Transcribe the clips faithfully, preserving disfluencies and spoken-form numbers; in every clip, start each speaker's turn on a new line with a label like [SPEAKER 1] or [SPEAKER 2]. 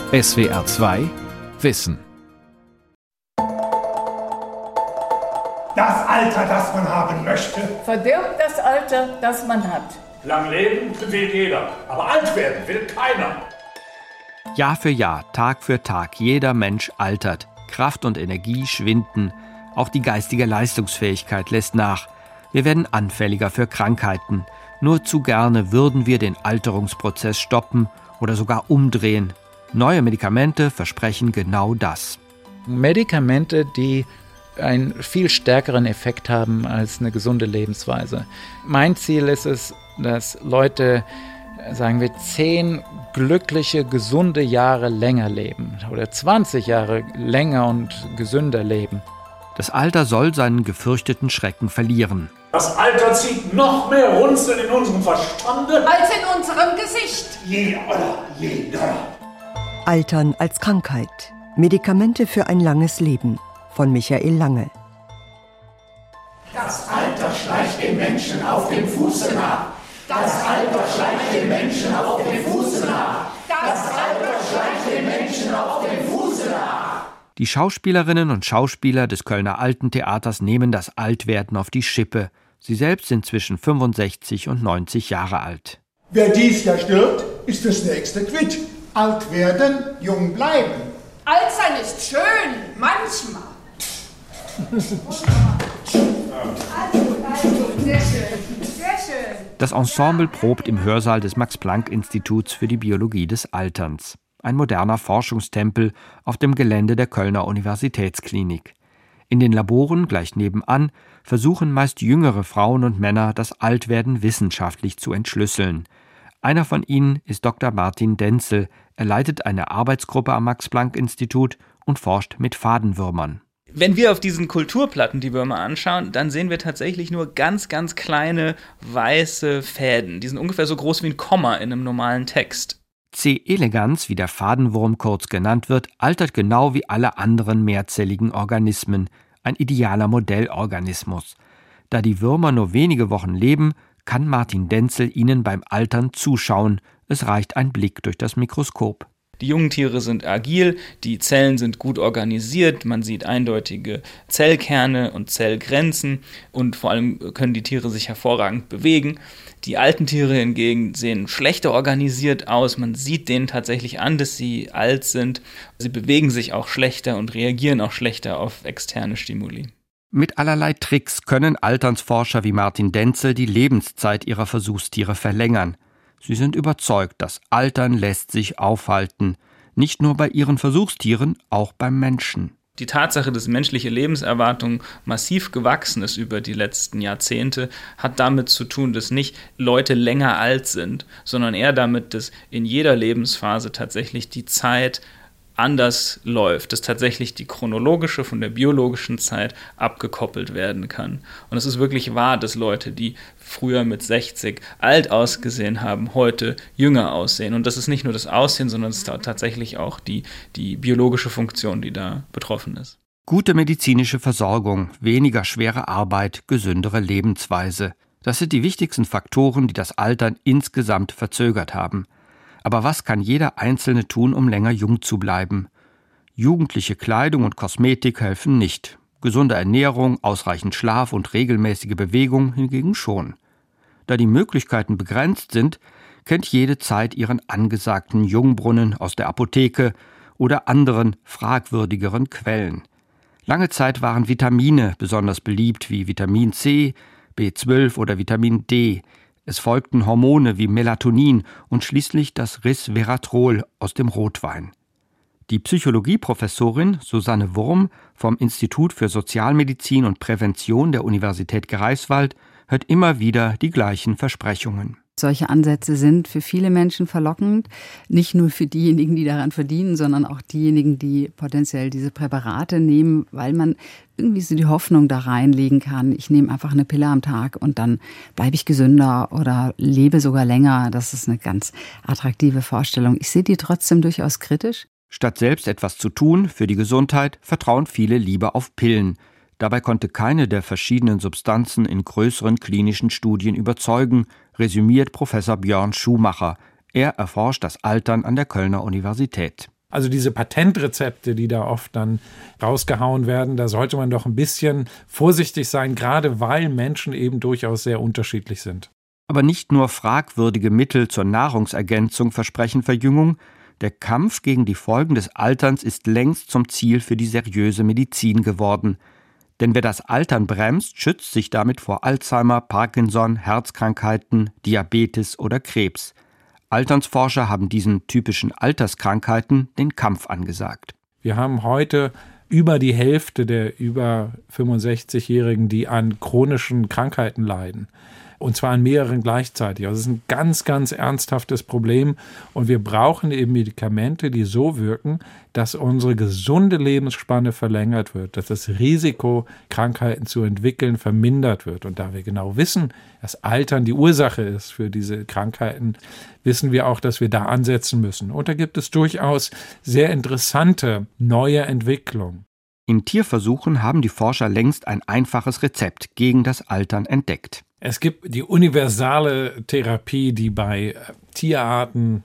[SPEAKER 1] S W R zwei Wissen.
[SPEAKER 2] Das Alter, das man haben möchte,
[SPEAKER 3] verdirbt das Alter, das man hat.
[SPEAKER 4] Lang leben will jeder, aber alt werden will keiner.
[SPEAKER 5] Jahr für Jahr, Tag für Tag, jeder Mensch altert. Kraft und Energie schwinden. Auch die geistige Leistungsfähigkeit lässt nach. Wir werden anfälliger für Krankheiten. Nur zu gerne würden wir den Alterungsprozess stoppen oder sogar umdrehen. Neue Medikamente versprechen genau das.
[SPEAKER 6] Medikamente, die einen viel stärkeren Effekt haben als eine gesunde Lebensweise. Mein Ziel ist es, dass Leute, sagen wir, zehn glückliche, gesunde Jahre länger leben oder zwanzig Jahre länger und gesünder leben.
[SPEAKER 5] Das Alter soll seinen gefürchteten Schrecken verlieren.
[SPEAKER 4] Das Alter zieht noch mehr Runzeln in unserem Verstande
[SPEAKER 3] als in unserem Gesicht.
[SPEAKER 2] Jeder, jeder.
[SPEAKER 7] Altern als Krankheit. Medikamente für ein langes Leben. Von Michael Lange.
[SPEAKER 2] Das Alter schleicht den Menschen auf dem Fuße nach. Das Alter schleicht den Menschen auf dem Fuße nach. Das Alter schleicht den Menschen auf dem Fuße nach.
[SPEAKER 5] Die Schauspielerinnen und Schauspieler des Kölner Alten Theaters nehmen das Altwerden auf die Schippe. Sie selbst sind zwischen fünfundsechzig und neunzig Jahre alt.
[SPEAKER 2] Wer dies Jahr stirbt, ist fürs nächste quitt. Alt werden, jung bleiben.
[SPEAKER 3] Alt sein ist schön, manchmal. Sehr schön, sehr schön.
[SPEAKER 5] Das Ensemble probt im Hörsaal des Max-Planck-Instituts für die Biologie des Alterns. Ein moderner Forschungstempel auf dem Gelände der Kölner Universitätsklinik. In den Laboren gleich nebenan versuchen meist jüngere Frauen und Männer, das Altwerden wissenschaftlich zu entschlüsseln. Einer von ihnen ist Doktor Martin Denzel. Er leitet eine Arbeitsgruppe am Max-Planck-Institut und forscht mit Fadenwürmern.
[SPEAKER 8] Wenn wir auf diesen Kulturplatten die Würmer anschauen, dann sehen wir tatsächlich nur ganz, ganz kleine weiße Fäden. Die sind ungefähr so groß wie ein Komma in einem normalen Text.
[SPEAKER 5] C. elegans, wie der Fadenwurm kurz genannt wird, altert genau wie alle anderen mehrzelligen Organismen. Ein idealer Modellorganismus. Da die Würmer nur wenige Wochen leben, kann Martin Denzel ihnen beim Altern zuschauen. Es reicht ein Blick durch das Mikroskop.
[SPEAKER 8] Die jungen Tiere sind agil, die Zellen sind gut organisiert, man sieht eindeutige Zellkerne und Zellgrenzen und vor allem können die Tiere sich hervorragend bewegen. Die alten Tiere hingegen sehen schlechter organisiert aus, man sieht denen tatsächlich an, dass sie alt sind. Sie bewegen sich auch schlechter und reagieren auch schlechter auf externe Stimuli.
[SPEAKER 5] Mit allerlei Tricks können Alternsforscher wie Martin Denzel die Lebenszeit ihrer Versuchstiere verlängern. Sie sind überzeugt, das Altern lässt sich aufhalten. Nicht nur bei ihren Versuchstieren, auch beim Menschen.
[SPEAKER 8] Die Tatsache, dass menschliche Lebenserwartung massiv gewachsen ist über die letzten Jahrzehnte, hat damit zu tun, dass nicht Leute länger alt sind, sondern eher damit, dass in jeder Lebensphase tatsächlich die Zeit anders läuft, dass tatsächlich die chronologische von der biologischen Zeit abgekoppelt werden kann. Und es ist wirklich wahr, dass Leute, die früher mit sechzig alt ausgesehen haben, heute jünger aussehen. Und das ist nicht nur das Aussehen, sondern es ist tatsächlich auch die, die biologische Funktion, die da betroffen ist.
[SPEAKER 5] Gute medizinische Versorgung, weniger schwere Arbeit, gesündere Lebensweise. Das sind die wichtigsten Faktoren, die das Altern insgesamt verzögert haben. Aber was kann jeder Einzelne tun, um länger jung zu bleiben? Jugendliche Kleidung und Kosmetik helfen nicht. Gesunde Ernährung, ausreichend Schlaf und regelmäßige Bewegung hingegen schon. Da die Möglichkeiten begrenzt sind, kennt jede Zeit ihren angesagten Jungbrunnen aus der Apotheke oder anderen, fragwürdigeren Quellen. Lange Zeit waren Vitamine besonders beliebt, wie Vitamin C, B zwölf oder Vitamin D. Es folgten Hormone wie Melatonin und schließlich das Resveratrol aus dem Rotwein. Die Psychologieprofessorin Susanne Wurm vom Institut für Sozialmedizin und Prävention der Universität Greifswald hört immer wieder die gleichen Versprechungen.
[SPEAKER 9] Solche Ansätze sind für viele Menschen verlockend, nicht nur für diejenigen, die daran verdienen, sondern auch diejenigen, die potenziell diese Präparate nehmen, weil man irgendwie so die Hoffnung da reinlegen kann, ich nehme einfach eine Pille am Tag und dann bleibe ich gesünder oder lebe sogar länger. Das ist eine ganz attraktive Vorstellung. Ich sehe die trotzdem durchaus kritisch.
[SPEAKER 5] Statt selbst etwas zu tun für die Gesundheit, vertrauen viele lieber auf Pillen. Dabei konnte keine der verschiedenen Substanzen in größeren klinischen Studien überzeugen, resümiert Professor Björn Schumacher. Er erforscht das Altern an der Kölner Universität.
[SPEAKER 10] Also diese Patentrezepte, die da oft dann rausgehauen werden, da sollte man doch ein bisschen vorsichtig sein, gerade weil Menschen eben durchaus sehr unterschiedlich sind.
[SPEAKER 5] Aber nicht nur fragwürdige Mittel zur Nahrungsergänzung versprechen Verjüngung, der Kampf gegen die Folgen des Alterns ist längst zum Ziel für die seriöse Medizin geworden. Denn wer das Altern bremst, schützt sich damit vor Alzheimer, Parkinson, Herzkrankheiten, Diabetes oder Krebs. Alternsforscher haben diesen typischen Alterskrankheiten den Kampf angesagt.
[SPEAKER 10] Wir haben heute über die Hälfte der über fünfundsechzigjährigen, die an chronischen Krankheiten leiden. Und zwar an mehreren gleichzeitig. Also es ist ein ganz, ganz ernsthaftes Problem. Und wir brauchen eben Medikamente, die so wirken, dass unsere gesunde Lebensspanne verlängert wird, dass das Risiko, Krankheiten zu entwickeln, vermindert wird. Und da wir genau wissen, dass Altern die Ursache ist für diese Krankheiten, wissen wir auch, dass wir da ansetzen müssen. Und da gibt es durchaus sehr interessante neue Entwicklungen.
[SPEAKER 5] In Tierversuchen haben die Forscher längst ein einfaches Rezept gegen das Altern entdeckt.
[SPEAKER 10] Es gibt die universale Therapie, die bei Tierarten,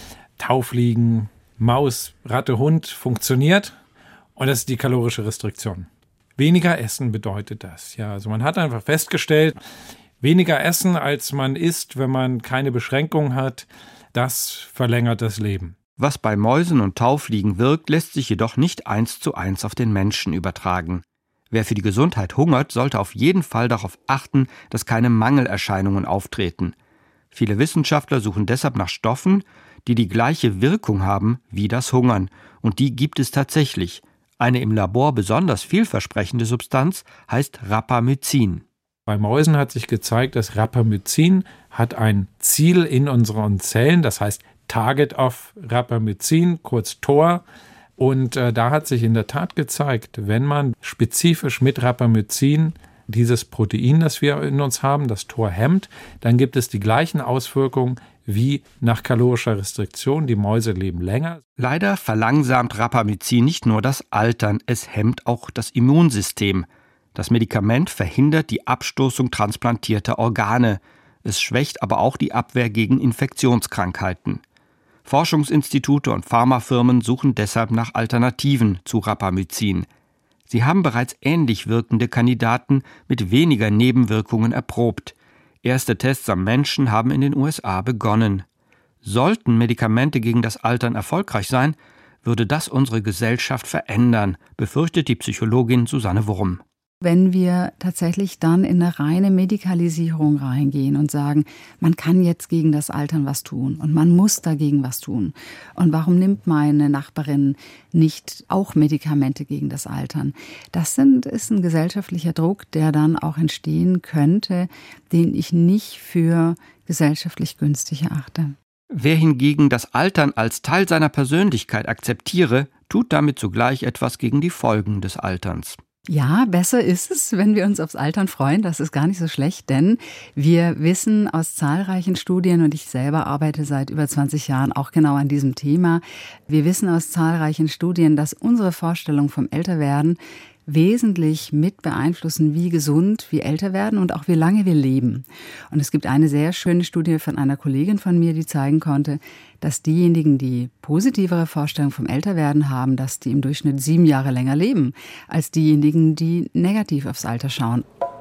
[SPEAKER 10] Taufliegen, Maus, Ratte, Hund funktioniert. Und das ist die kalorische Restriktion. Weniger essen bedeutet das. Ja, also man hat einfach festgestellt, weniger essen, als man isst, wenn man keine Beschränkung hat, das verlängert das Leben.
[SPEAKER 5] Was bei Mäusen und Taufliegen wirkt, lässt sich jedoch nicht eins zu eins auf den Menschen übertragen. Wer für die Gesundheit hungert, sollte auf jeden Fall darauf achten, dass keine Mangelerscheinungen auftreten. Viele Wissenschaftler suchen deshalb nach Stoffen, die die gleiche Wirkung haben wie das Hungern. Und die gibt es tatsächlich. Eine im Labor besonders vielversprechende Substanz heißt Rapamycin.
[SPEAKER 10] Bei Mäusen hat sich gezeigt, dass Rapamycin hat ein Ziel in unseren Zellen, das heißt Target of Rapamycin, kurz T O R. Und äh, da hat sich in der Tat gezeigt, wenn man spezifisch mit Rapamycin dieses Protein, das wir in uns haben, das T O R hemmt, dann gibt es die gleichen Auswirkungen wie nach kalorischer Restriktion. Die Mäuse leben länger.
[SPEAKER 5] Leider verlangsamt Rapamycin nicht nur das Altern, es hemmt auch das Immunsystem. Das Medikament verhindert die Abstoßung transplantierter Organe. Es schwächt aber auch die Abwehr gegen Infektionskrankheiten. Forschungsinstitute und Pharmafirmen suchen deshalb nach Alternativen zu Rapamycin. Sie haben bereits ähnlich wirkende Kandidaten mit weniger Nebenwirkungen erprobt. Erste Tests am Menschen haben in den U S A begonnen. Sollten Medikamente gegen das Altern erfolgreich sein, würde das unsere Gesellschaft verändern, befürchtet die Psychologin Susanne Wurm.
[SPEAKER 9] Wenn wir tatsächlich dann in eine reine Medikalisierung reingehen und sagen, man kann jetzt gegen das Altern was tun und man muss dagegen was tun. Und warum nimmt meine Nachbarin nicht auch Medikamente gegen das Altern? Das sind, ist ein gesellschaftlicher Druck, der dann auch entstehen könnte, den ich nicht für gesellschaftlich günstig erachte.
[SPEAKER 5] Wer hingegen das Altern als Teil seiner Persönlichkeit akzeptiere, tut damit zugleich etwas gegen die Folgen des Alterns.
[SPEAKER 9] Ja, besser ist es, wenn wir uns aufs Altern freuen. Das ist gar nicht so schlecht, denn wir wissen aus zahlreichen Studien, und ich selber arbeite seit über zwanzig Jahren auch genau an diesem Thema, wir wissen aus zahlreichen Studien, dass unsere Vorstellung vom Älterwerden wesentlich mit beeinflussen, wie gesund wir älter werden und auch wie lange wir leben. Und es gibt eine sehr schöne Studie von einer Kollegin von mir, die zeigen konnte, dass diejenigen, die positivere Vorstellungen vom Älterwerden haben, dass die im Durchschnitt sieben Jahre länger leben, als diejenigen, die negativ aufs Alter schauen.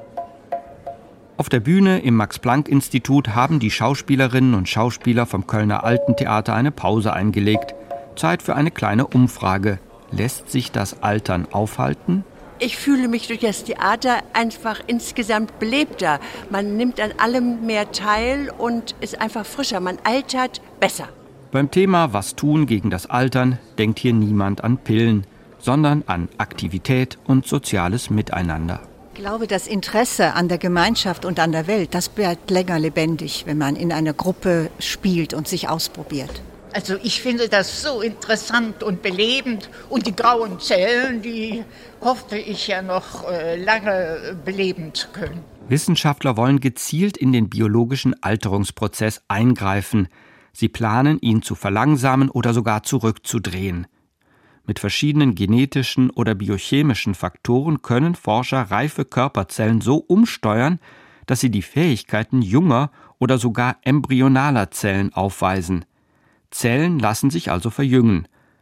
[SPEAKER 5] Auf der Bühne im Max-Planck-Institut haben die Schauspielerinnen und Schauspieler vom Kölner Alten Theater eine Pause eingelegt. Zeit für eine kleine Umfrage. Lässt sich das Altern aufhalten?
[SPEAKER 11] Ich fühle mich durch das Theater einfach insgesamt belebter. Man nimmt an allem mehr teil und ist einfach frischer. Man altert besser.
[SPEAKER 5] Beim Thema Was tun gegen das Altern denkt hier niemand an Pillen, sondern an Aktivität und soziales Miteinander.
[SPEAKER 12] Ich glaube, das Interesse an der Gemeinschaft und an der Welt, das bleibt länger lebendig, wenn man in einer Gruppe spielt und sich ausprobiert.
[SPEAKER 13] Also ich finde das so interessant und belebend. Und die grauen Zellen, die hoffe ich ja noch äh, lange beleben zu können.
[SPEAKER 5] Wissenschaftler wollen gezielt in den biologischen Alterungsprozess eingreifen. Sie planen, ihn zu verlangsamen oder sogar zurückzudrehen. Mit verschiedenen genetischen oder biochemischen Faktoren können Forscher reife Körperzellen so umsteuern, dass sie die Fähigkeiten junger oder sogar embryonaler Zellen aufweisen. Zellen lassen sich also verjüngen.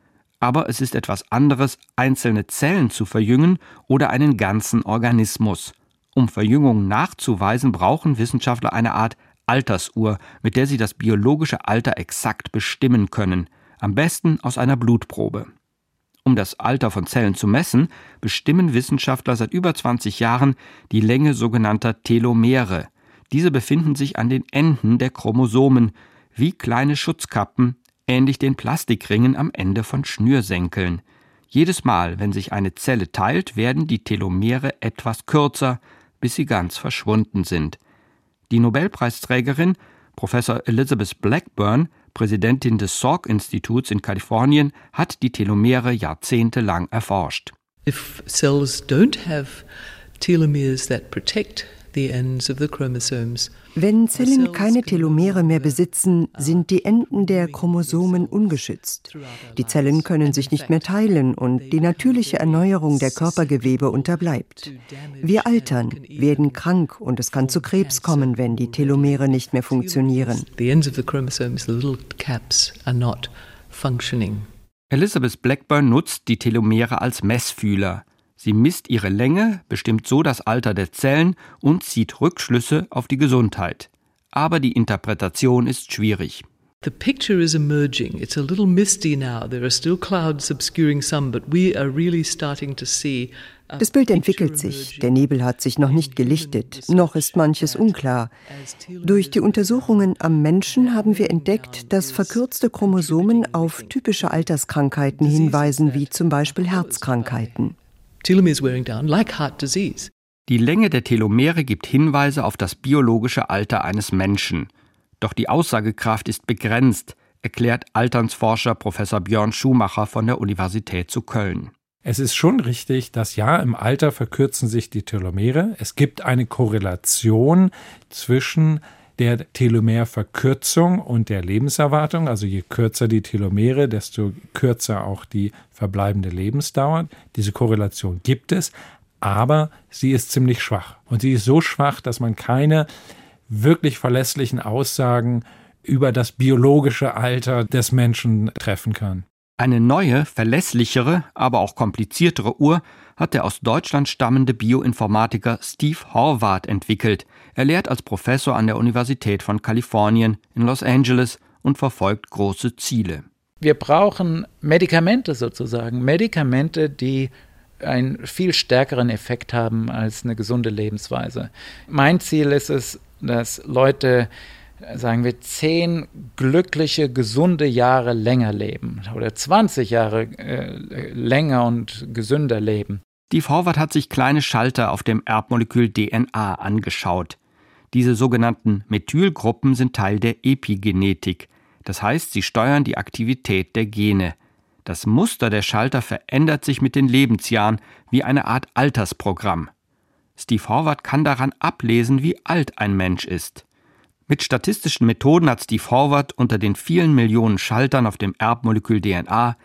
[SPEAKER 5] Aber es ist etwas anderes, einzelne Zellen zu verjüngen oder einen ganzen Organismus. Um Verjüngung nachzuweisen, brauchen Wissenschaftler eine Art Altersuhr, mit der sie das biologische Alter exakt bestimmen können, am besten aus einer Blutprobe. Um das Alter von Zellen zu messen, bestimmen Wissenschaftler seit über zwanzig Jahren die Länge sogenannter Telomere. Diese befinden sich an den Enden der Chromosomen, wie kleine Schutzkappen, ähnlich den Plastikringen am Ende von Schnürsenkeln. Jedes Mal, wenn sich eine Zelle teilt, werden die Telomere etwas kürzer, bis sie ganz verschwunden sind. Die Nobelpreisträgerin, Professor Elizabeth Blackburn, Präsidentin des Salk-Instituts in Kalifornien, hat die Telomere jahrzehntelang erforscht.
[SPEAKER 14] If cells don't have telomeres that protect the ends of the chromosomes,
[SPEAKER 7] wenn Zellen keine Telomere mehr besitzen, sind die Enden der Chromosomen ungeschützt. Die Zellen können sich nicht mehr teilen und die natürliche Erneuerung der Körpergewebe unterbleibt. Wir altern, werden krank und es kann zu Krebs kommen, wenn die Telomere nicht mehr funktionieren.
[SPEAKER 14] The ends of the chromosomes, the little caps, are not functioning.
[SPEAKER 5] Elizabeth Blackburn nutzt die Telomere als Messfühler. Sie misst ihre Länge, bestimmt so das Alter der Zellen und zieht Rückschlüsse auf die Gesundheit. Aber die Interpretation ist schwierig.
[SPEAKER 14] The picture is emerging. It's a little misty now. There are still clouds obscuring some, but we are really starting to see.
[SPEAKER 7] Das Bild entwickelt sich. Der Nebel hat sich noch nicht gelichtet. Noch ist manches unklar. Durch die Untersuchungen am Menschen haben wir entdeckt, dass verkürzte Chromosomen auf typische Alterskrankheiten hinweisen, wie zum Beispiel Herzkrankheiten.
[SPEAKER 14] Telomeres wearing down, like heart disease.
[SPEAKER 5] Die Länge der Telomere gibt Hinweise auf das biologische Alter eines Menschen. Doch die Aussagekraft ist begrenzt, erklärt Alternsforscher Professor Björn Schumacher von der Universität zu Köln.
[SPEAKER 10] Es ist schon richtig, dass ja, im Alter verkürzen sich die Telomere. Es gibt eine Korrelation zwischen der Telomerverkürzung und der Lebenserwartung. Also je kürzer die Telomere, desto kürzer auch die verbleibende Lebensdauer. Diese Korrelation gibt es, aber sie ist ziemlich schwach. Und sie ist so schwach, dass man keine wirklich verlässlichen Aussagen über das biologische Alter des Menschen treffen kann.
[SPEAKER 5] Eine neue, verlässlichere, aber auch kompliziertere Uhr hat der aus Deutschland stammende Bioinformatiker Steve Horvath entwickelt. Er lehrt als Professor an der Universität von Kalifornien in Los Angeles und verfolgt große Ziele.
[SPEAKER 6] Wir brauchen Medikamente sozusagen, Medikamente, die einen viel stärkeren Effekt haben als eine gesunde Lebensweise. Mein Ziel ist es, dass Leute, sagen wir, zehn glückliche, gesunde Jahre länger leben oder zwanzig Jahre äh, länger und gesünder leben.
[SPEAKER 5] Steve Horvath hat sich kleine Schalter auf dem Erbmolekül D N A angeschaut. Diese sogenannten Methylgruppen sind Teil der Epigenetik. Das heißt, sie steuern die Aktivität der Gene. Das Muster der Schalter verändert sich mit den Lebensjahren wie eine Art Altersprogramm. Steve Horvath kann daran ablesen, wie alt ein Mensch ist. Mit statistischen Methoden hat Steve Horvath unter den vielen Millionen Schaltern auf dem Erbmolekül D N A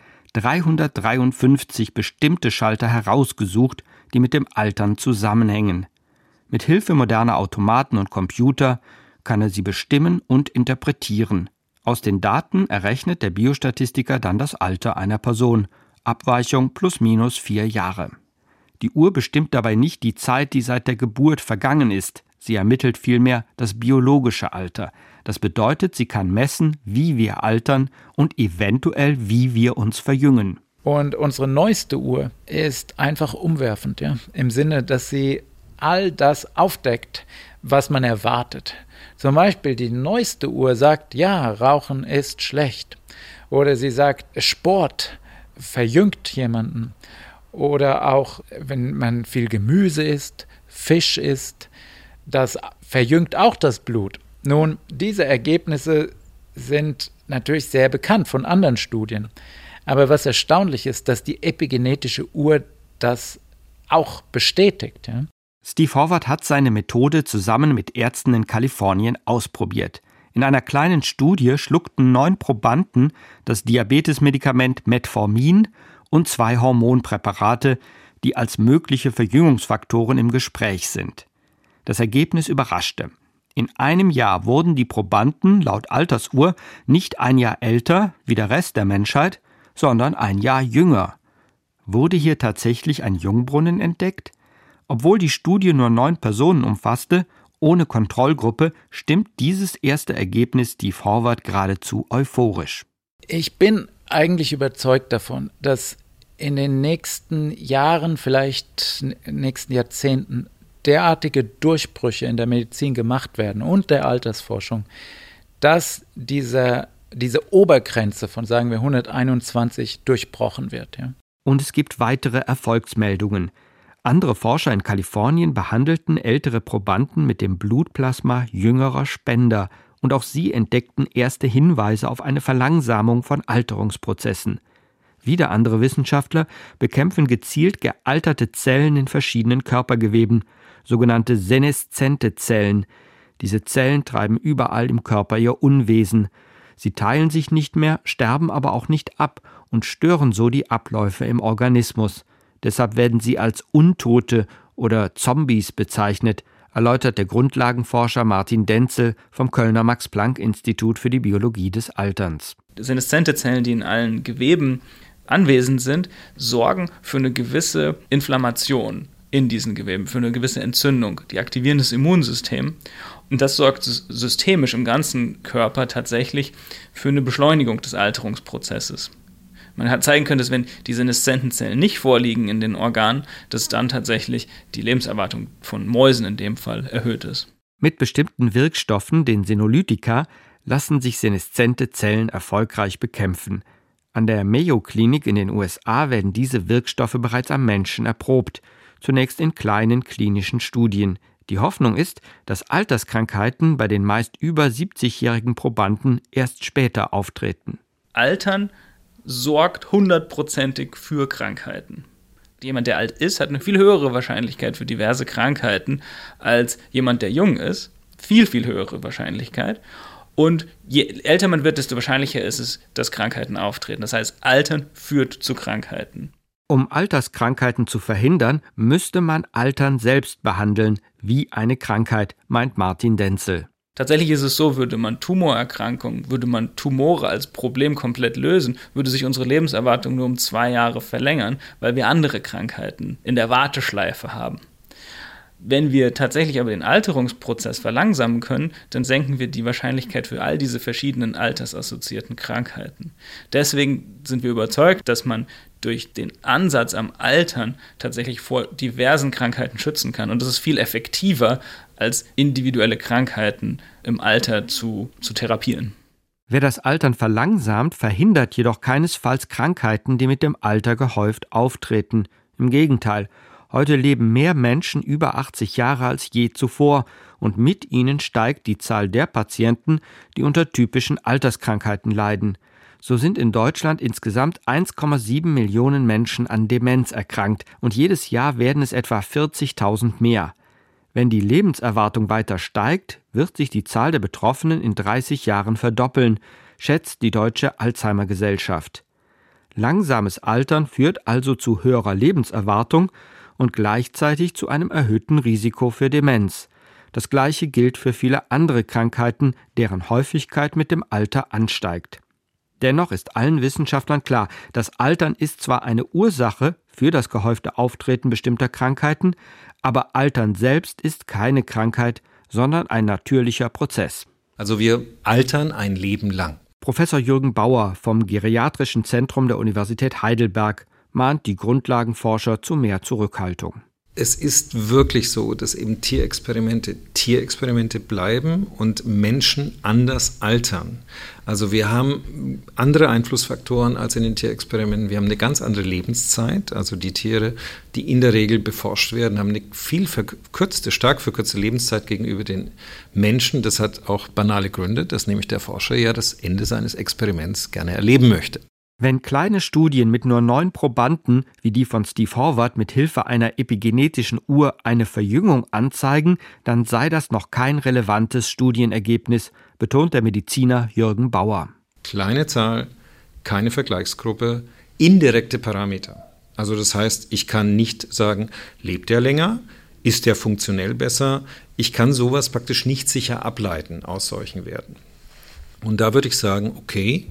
[SPEAKER 5] dreihundertdreiundfünfzig bestimmte Schalter herausgesucht, die mit dem Altern zusammenhängen. Mit Hilfe moderner Automaten und Computer kann er sie bestimmen und interpretieren. Aus den Daten errechnet der Biostatistiker dann das Alter einer Person. Abweichung plus minus vier Jahre. Die Uhr bestimmt dabei nicht die Zeit, die seit der Geburt vergangen ist. Sie ermittelt vielmehr das biologische Alter. Das bedeutet, sie kann messen, wie wir altern und eventuell, wie wir uns verjüngen.
[SPEAKER 6] Und unsere neueste Uhr ist einfach umwerfend, ja? Im Sinne, dass sie all das aufdeckt, was man erwartet. Zum Beispiel die neueste Uhr sagt, ja, Rauchen ist schlecht. Oder sie sagt, Sport verjüngt jemanden. Oder auch, wenn man viel Gemüse isst, Fisch isst, das verjüngt auch das Blut. Nun, diese Ergebnisse sind natürlich sehr bekannt von anderen Studien. Aber was erstaunlich ist, dass die epigenetische Uhr das auch bestätigt. Ja?
[SPEAKER 5] Steve Horvath hat seine Methode zusammen mit Ärzten in Kalifornien ausprobiert. In einer kleinen Studie schluckten neun Probanden das Diabetesmedikament Metformin und zwei Hormonpräparate, die als mögliche Verjüngungsfaktoren im Gespräch sind. Das Ergebnis überraschte. In einem Jahr wurden die Probanden laut Altersuhr nicht ein Jahr älter wie der Rest der Menschheit, sondern ein Jahr jünger. Wurde hier tatsächlich ein Jungbrunnen entdeckt? Obwohl die Studie nur neun Personen umfasste, ohne Kontrollgruppe, stimmt dieses erste Ergebnis Steve Horvath geradezu euphorisch.
[SPEAKER 6] Ich bin eigentlich überzeugt davon, dass in den nächsten Jahren, vielleicht nächsten Jahrzehnten, derartige Durchbrüche in der Medizin gemacht werden und der Altersforschung, dass dieser, diese Obergrenze von, sagen wir, hunderteinundzwanzig durchbrochen wird. Ja.
[SPEAKER 5] Und es gibt weitere Erfolgsmeldungen. Andere Forscher in Kalifornien behandelten ältere Probanden mit dem Blutplasma jüngerer Spender und auch sie entdeckten erste Hinweise auf eine Verlangsamung von Alterungsprozessen. Wieder andere Wissenschaftler bekämpfen gezielt gealterte Zellen in verschiedenen Körpergeweben, sogenannte seneszente Zellen. Diese Zellen treiben überall im Körper ihr Unwesen. Sie teilen sich nicht mehr, sterben aber auch nicht ab und stören so die Abläufe im Organismus. Deshalb werden sie als Untote oder Zombies bezeichnet, erläutert der Grundlagenforscher Martin Denzel vom Kölner Max-Planck-Institut für die Biologie des Alterns.
[SPEAKER 8] Seneszente Zellen, die in allen Geweben anwesend sind, sorgen für eine gewisse Inflammation in diesen Geweben, für eine gewisse Entzündung. Die aktivieren das Immunsystem und das sorgt systemisch im ganzen Körper tatsächlich für eine Beschleunigung des Alterungsprozesses. Man hat zeigen können, dass wenn die seneszenten Zellen nicht vorliegen in den Organen, dass dann tatsächlich die Lebenserwartung von Mäusen in dem Fall erhöht ist.
[SPEAKER 5] Mit bestimmten Wirkstoffen, den Senolytika, lassen sich seneszente Zellen erfolgreich bekämpfen. An der Mayo-Klinik in den U S A werden diese Wirkstoffe bereits am Menschen erprobt, zunächst in kleinen klinischen Studien. Die Hoffnung ist, dass Alterskrankheiten bei den meist über siebzigjährigen Probanden erst später auftreten.
[SPEAKER 8] Altern sorgt hundertprozentig für Krankheiten. Jemand, der alt ist, hat eine viel höhere Wahrscheinlichkeit für diverse Krankheiten als jemand, der jung ist. Viel, viel höhere Wahrscheinlichkeit. Und je älter man wird, desto wahrscheinlicher ist es, dass Krankheiten auftreten. Das heißt, Altern führt zu Krankheiten.
[SPEAKER 5] Um Alterskrankheiten zu verhindern, müsste man Altern selbst behandeln, wie eine Krankheit, meint Martin Denzel.
[SPEAKER 8] Tatsächlich ist es so, würde man Tumorerkrankungen, würde man Tumore als Problem komplett lösen, würde sich unsere Lebenserwartung nur um zwei Jahre verlängern, weil wir andere Krankheiten in der Warteschleife haben. Wenn wir tatsächlich aber den Alterungsprozess verlangsamen können, dann senken wir die Wahrscheinlichkeit für all diese verschiedenen altersassoziierten Krankheiten. Deswegen sind wir überzeugt, dass man durch den Ansatz am Altern tatsächlich vor diversen Krankheiten schützen kann. Und das ist viel effektiver, als individuelle Krankheiten im Alter zu, zu therapieren.
[SPEAKER 5] Wer das Altern verlangsamt, verhindert jedoch keinesfalls Krankheiten, die mit dem Alter gehäuft auftreten. Im Gegenteil, heute leben mehr Menschen über achtzig Jahre als je zuvor und mit ihnen steigt die Zahl der Patienten, die unter typischen Alterskrankheiten leiden. So sind in Deutschland insgesamt eins Komma sieben Millionen Menschen an Demenz erkrankt und jedes Jahr werden es etwa vierzigtausend mehr. Wenn die Lebenserwartung weiter steigt, wird sich die Zahl der Betroffenen in dreißig Jahren verdoppeln, schätzt die Deutsche Alzheimer-Gesellschaft. Langsames Altern führt also zu höherer Lebenserwartung und gleichzeitig zu einem erhöhten Risiko für Demenz. Das Gleiche gilt für viele andere Krankheiten, deren Häufigkeit mit dem Alter ansteigt. Dennoch ist allen Wissenschaftlern klar, das Altern ist zwar eine Ursache für das gehäufte Auftreten bestimmter Krankheiten, aber Altern selbst ist keine Krankheit, sondern ein natürlicher Prozess.
[SPEAKER 15] Also wir altern ein Leben lang.
[SPEAKER 5] Professor Jürgen Bauer vom Geriatrischen Zentrum der Universität Heidelberg mahnt die Grundlagenforscher zu mehr Zurückhaltung.
[SPEAKER 15] Es ist wirklich so, dass eben Tierexperimente Tierexperimente bleiben und Menschen anders altern. Also wir haben andere Einflussfaktoren als in den Tierexperimenten. Wir haben eine ganz andere Lebenszeit. Also die Tiere, die in der Regel beforscht werden, haben eine viel verkürzte, stark verkürzte Lebenszeit gegenüber den Menschen. Das hat auch banale Gründe, dass nämlich der Forscher ja das Ende seines Experiments gerne erleben möchte.
[SPEAKER 5] Wenn kleine Studien mit nur neun Probanden, wie die von Steve Horvath mit Hilfe einer epigenetischen Uhr eine Verjüngung anzeigen, dann sei das noch kein relevantes Studienergebnis, betont der Mediziner Jürgen Bauer.
[SPEAKER 15] Kleine Zahl, keine Vergleichsgruppe, indirekte Parameter. Also das heißt, ich kann nicht sagen, lebt er länger, ist er funktionell besser. Ich kann sowas praktisch nicht sicher ableiten aus solchen Werten. Und da würde ich sagen, okay,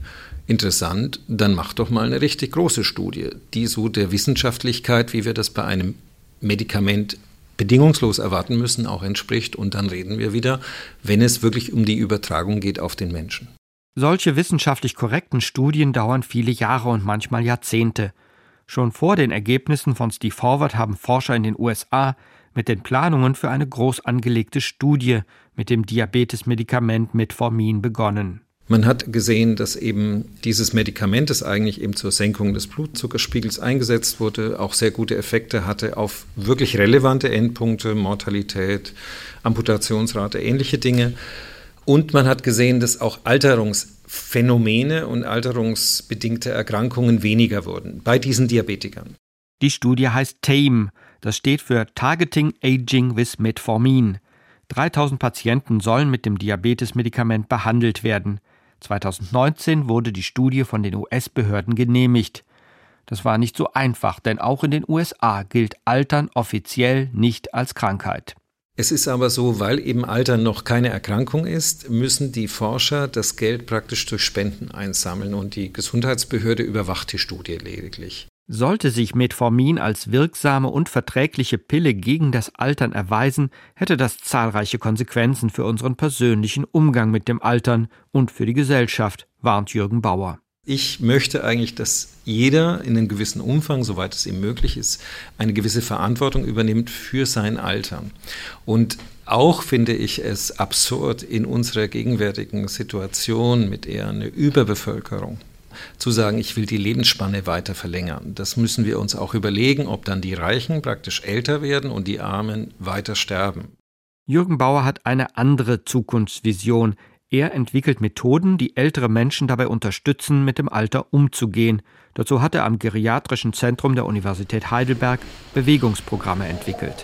[SPEAKER 15] Interessant, dann mach doch mal eine richtig große Studie, die so der Wissenschaftlichkeit, wie wir das bei einem Medikament bedingungslos erwarten müssen, auch entspricht. Und dann reden wir wieder, wenn es wirklich um die Übertragung geht auf den Menschen.
[SPEAKER 5] Solche wissenschaftlich korrekten Studien dauern viele Jahre und manchmal Jahrzehnte. Schon vor den Ergebnissen von Steve Horvath haben Forscher in den U S A mit den Planungen für eine groß angelegte Studie mit dem Diabetes-Medikament Metformin begonnen.
[SPEAKER 15] Man hat gesehen, dass eben dieses Medikament, das eigentlich eben zur Senkung des Blutzuckerspiegels eingesetzt wurde, auch sehr gute Effekte hatte auf wirklich relevante Endpunkte, Mortalität, Amputationsrate, ähnliche Dinge. Und man hat gesehen, dass auch Alterungsphänomene und alterungsbedingte Erkrankungen weniger wurden bei diesen Diabetikern.
[SPEAKER 5] Die Studie heißt TAME, das steht für Targeting Aging with Metformin. dreitausend Patienten sollen mit dem Diabetes-Medikament behandelt werden. zweitausendneunzehn wurde die Studie von den U S-Behörden genehmigt. Das war nicht so einfach, denn auch in den U S A gilt Altern offiziell nicht als Krankheit.
[SPEAKER 15] Es ist aber so, weil eben Altern noch keine Erkrankung ist, müssen die Forscher das Geld praktisch durch Spenden einsammeln und die Gesundheitsbehörde überwacht die Studie lediglich.
[SPEAKER 5] Sollte sich Metformin als wirksame und verträgliche Pille gegen das Altern erweisen, hätte das zahlreiche Konsequenzen für unseren persönlichen Umgang mit dem Altern und für die Gesellschaft, warnt Jürgen Bauer.
[SPEAKER 15] Ich möchte eigentlich, dass jeder in einem gewissen Umfang, soweit es ihm möglich ist, eine gewisse Verantwortung übernimmt für sein Alter. Und auch finde ich es absurd in unserer gegenwärtigen Situation mit eher einer Überbevölkerung zu sagen, ich will die Lebensspanne weiter verlängern. Das müssen wir uns auch überlegen, ob dann die Reichen praktisch älter werden und die Armen weiter sterben.
[SPEAKER 5] Jürgen Bauer hat eine andere Zukunftsvision. Er entwickelt Methoden, die ältere Menschen dabei unterstützen, mit dem Alter umzugehen. Dazu hat er am Geriatrischen Zentrum der Universität Heidelberg Bewegungsprogramme entwickelt.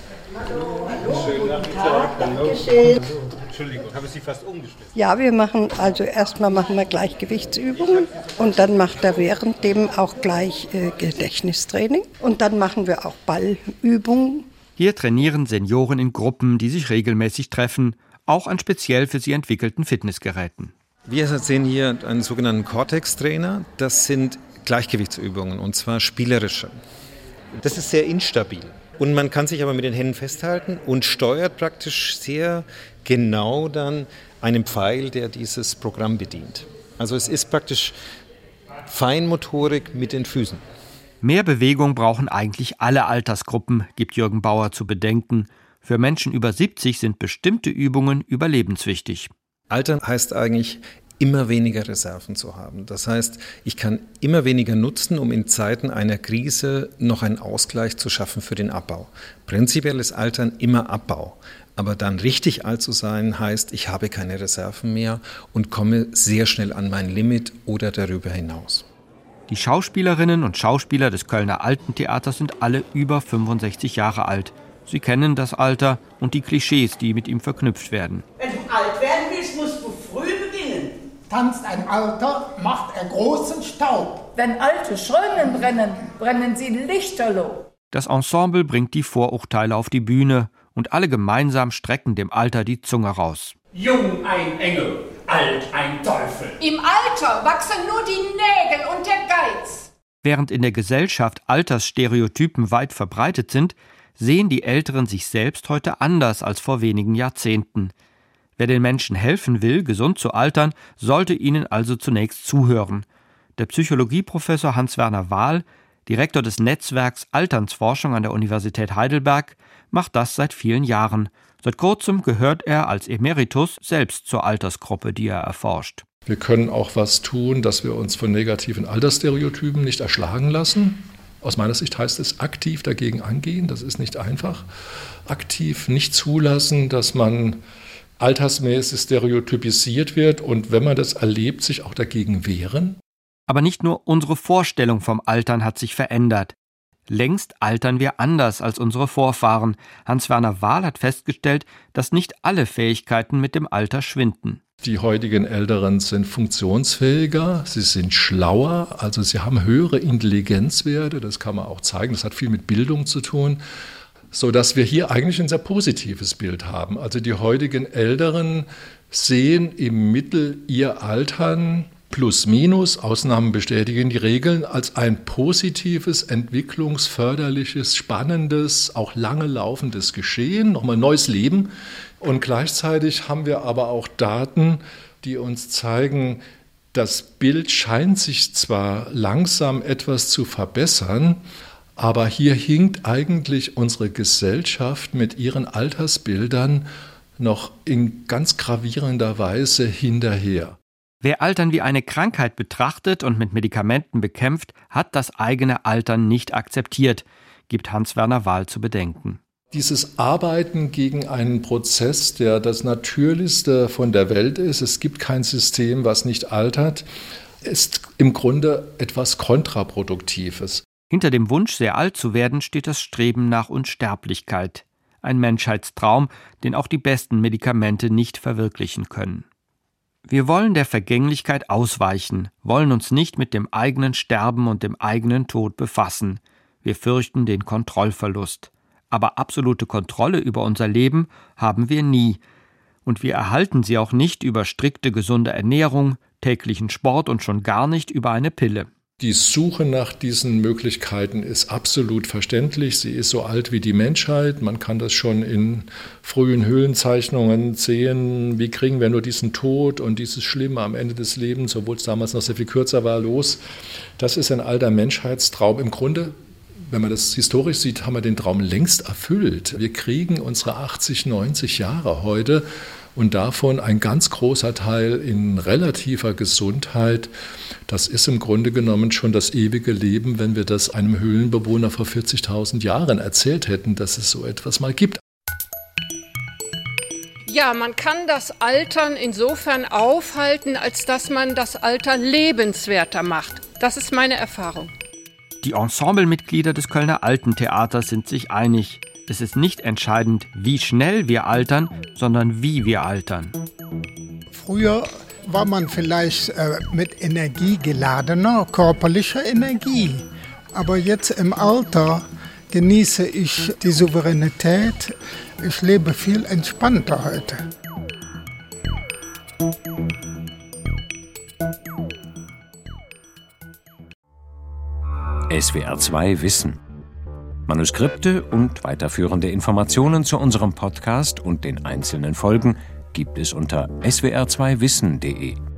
[SPEAKER 16] Hallo, schönen Nachmittag. Dankeschön. Entschuldigung, habe ich Sie fast umgestellt? Ja, wir machen, also erstmal machen wir Gleichgewichtsübungen und dann macht er währenddem auch gleich äh, Gedächtnistraining und dann machen wir auch Ballübungen.
[SPEAKER 5] Hier trainieren Senioren in Gruppen, die sich regelmäßig treffen, auch an speziell für sie entwickelten Fitnessgeräten.
[SPEAKER 15] Wir sehen hier einen sogenannten Cortex-Trainer. Das sind Gleichgewichtsübungen, und zwar spielerische. Das ist sehr instabil. Und man kann sich aber mit den Händen festhalten und steuert praktisch sehr genau dann einen Pfeil, der dieses Programm bedient. Also es ist praktisch Feinmotorik mit den Füßen.
[SPEAKER 5] Mehr Bewegung brauchen eigentlich alle Altersgruppen, gibt Jürgen Bauer zu bedenken. Für Menschen über siebzig sind bestimmte Übungen überlebenswichtig.
[SPEAKER 15] Altern heißt eigentlich, immer weniger Reserven zu haben. Das heißt, ich kann immer weniger nutzen, um in Zeiten einer Krise noch einen Ausgleich zu schaffen für den Abbau. Prinzipiell ist Altern immer Abbau. Aber dann richtig alt zu sein, heißt, ich habe keine Reserven mehr und komme sehr schnell an mein Limit oder darüber hinaus.
[SPEAKER 5] Die Schauspielerinnen und Schauspieler des Kölner Alten Theaters sind alle über fünfundsechzig Jahre alt. Sie kennen das Alter und die Klischees, die mit ihm verknüpft werden.
[SPEAKER 17] Wenn du alt werden willst, musst du früh beginnen.
[SPEAKER 18] Tanzt ein Alter, macht er großen Staub.
[SPEAKER 3] Wenn alte Schrönen brennen, brennen sie lichterloh.
[SPEAKER 5] Das Ensemble bringt die Vorurteile auf die Bühne und alle gemeinsam strecken dem Alter die Zunge raus.
[SPEAKER 4] Jung ein Engel, alt ein Teufel.
[SPEAKER 3] Im Alter wachsen nur die Nägel und der Geiz.
[SPEAKER 5] Während in der Gesellschaft Altersstereotypen weit verbreitet sind, sehen die Älteren sich selbst heute anders als vor wenigen Jahrzehnten. Wer den Menschen helfen will, gesund zu altern, sollte ihnen also zunächst zuhören. Der Psychologieprofessor Hans-Werner Wahl, Direktor des Netzwerks Alternsforschung an der Universität Heidelberg, macht das seit vielen Jahren. Seit kurzem gehört er als Emeritus selbst zur Altersgruppe, die er erforscht.
[SPEAKER 19] Wir können auch was tun, dass wir uns von negativen Altersstereotypen nicht erschlagen lassen. Aus meiner Sicht heißt es aktiv dagegen angehen, das ist nicht einfach. Aktiv nicht zulassen, dass man altersmäßig stereotypisiert wird und wenn man das erlebt, sich auch dagegen wehren.
[SPEAKER 5] Aber nicht nur unsere Vorstellung vom Altern hat sich verändert. Längst altern wir anders als unsere Vorfahren. Hans-Werner Wahl hat festgestellt, dass nicht alle Fähigkeiten mit dem Alter schwinden.
[SPEAKER 19] Die heutigen Älteren sind funktionsfähiger, sie sind schlauer, also sie haben höhere Intelligenzwerte, das kann man auch zeigen, das hat viel mit Bildung zu tun, sodass wir hier eigentlich ein sehr positives Bild haben. Also die heutigen Älteren sehen im Mittel ihr Altern plus minus, Ausnahmen bestätigen die Regeln, als ein positives, entwicklungsförderliches, spannendes, auch lange laufendes Geschehen, nochmal neues Leben. Und gleichzeitig haben wir aber auch Daten, die uns zeigen, das Bild scheint sich zwar langsam etwas zu verbessern, aber hier hinkt eigentlich unsere Gesellschaft mit ihren Altersbildern noch in ganz gravierender Weise hinterher.
[SPEAKER 5] Wer Altern wie eine Krankheit betrachtet und mit Medikamenten bekämpft, hat das eigene Altern nicht akzeptiert, gibt Hans-Werner Wahl zu bedenken.
[SPEAKER 19] Dieses Arbeiten gegen einen Prozess, der das Natürlichste von der Welt ist, es gibt kein System, was nicht altert, ist im Grunde etwas Kontraproduktives.
[SPEAKER 5] Hinter dem Wunsch, sehr alt zu werden, steht das Streben nach Unsterblichkeit. Ein Menschheitstraum, den auch die besten Medikamente nicht verwirklichen können. Wir wollen der Vergänglichkeit ausweichen, wollen uns nicht mit dem eigenen Sterben und dem eigenen Tod befassen. Wir fürchten den Kontrollverlust. Aber absolute Kontrolle über unser Leben haben wir nie. Und wir erhalten sie auch nicht über strikte gesunde Ernährung, täglichen Sport und schon gar nicht über eine Pille.
[SPEAKER 19] Die Suche nach diesen Möglichkeiten ist absolut verständlich. Sie ist so alt wie die Menschheit. Man kann das schon in frühen Höhlenzeichnungen sehen. Wie kriegen wir nur diesen Tod und dieses Schlimme am Ende des Lebens, obwohl es damals noch sehr viel kürzer war, los? Das ist ein alter Menschheitstraum. Im Grunde, wenn man das historisch sieht, haben wir den Traum längst erfüllt. Wir kriegen unsere achtzig, neunzig Jahre heute und davon ein ganz großer Teil in relativer Gesundheit. Das ist im Grunde genommen schon das ewige Leben, wenn wir das einem Höhlenbewohner vor vierzigtausend Jahren erzählt hätten, dass es so etwas mal gibt.
[SPEAKER 3] Ja, man kann das Altern insofern aufhalten, als dass man das Alter lebenswerter macht. Das ist meine Erfahrung.
[SPEAKER 5] Die Ensemblemitglieder des Kölner Alten Theaters sind sich einig. Es ist nicht entscheidend, wie schnell wir altern, sondern wie wir altern.
[SPEAKER 18] Früher war man vielleicht äh, mit Energie geladener, körperlicher Energie. Aber jetzt im Alter genieße ich die Souveränität. Ich lebe viel entspannter heute.
[SPEAKER 1] S W R zwei Wissen. Manuskripte und weiterführende Informationen zu unserem Podcast und den einzelnen Folgen gibt es unter s w r zwei wissen punkt d e.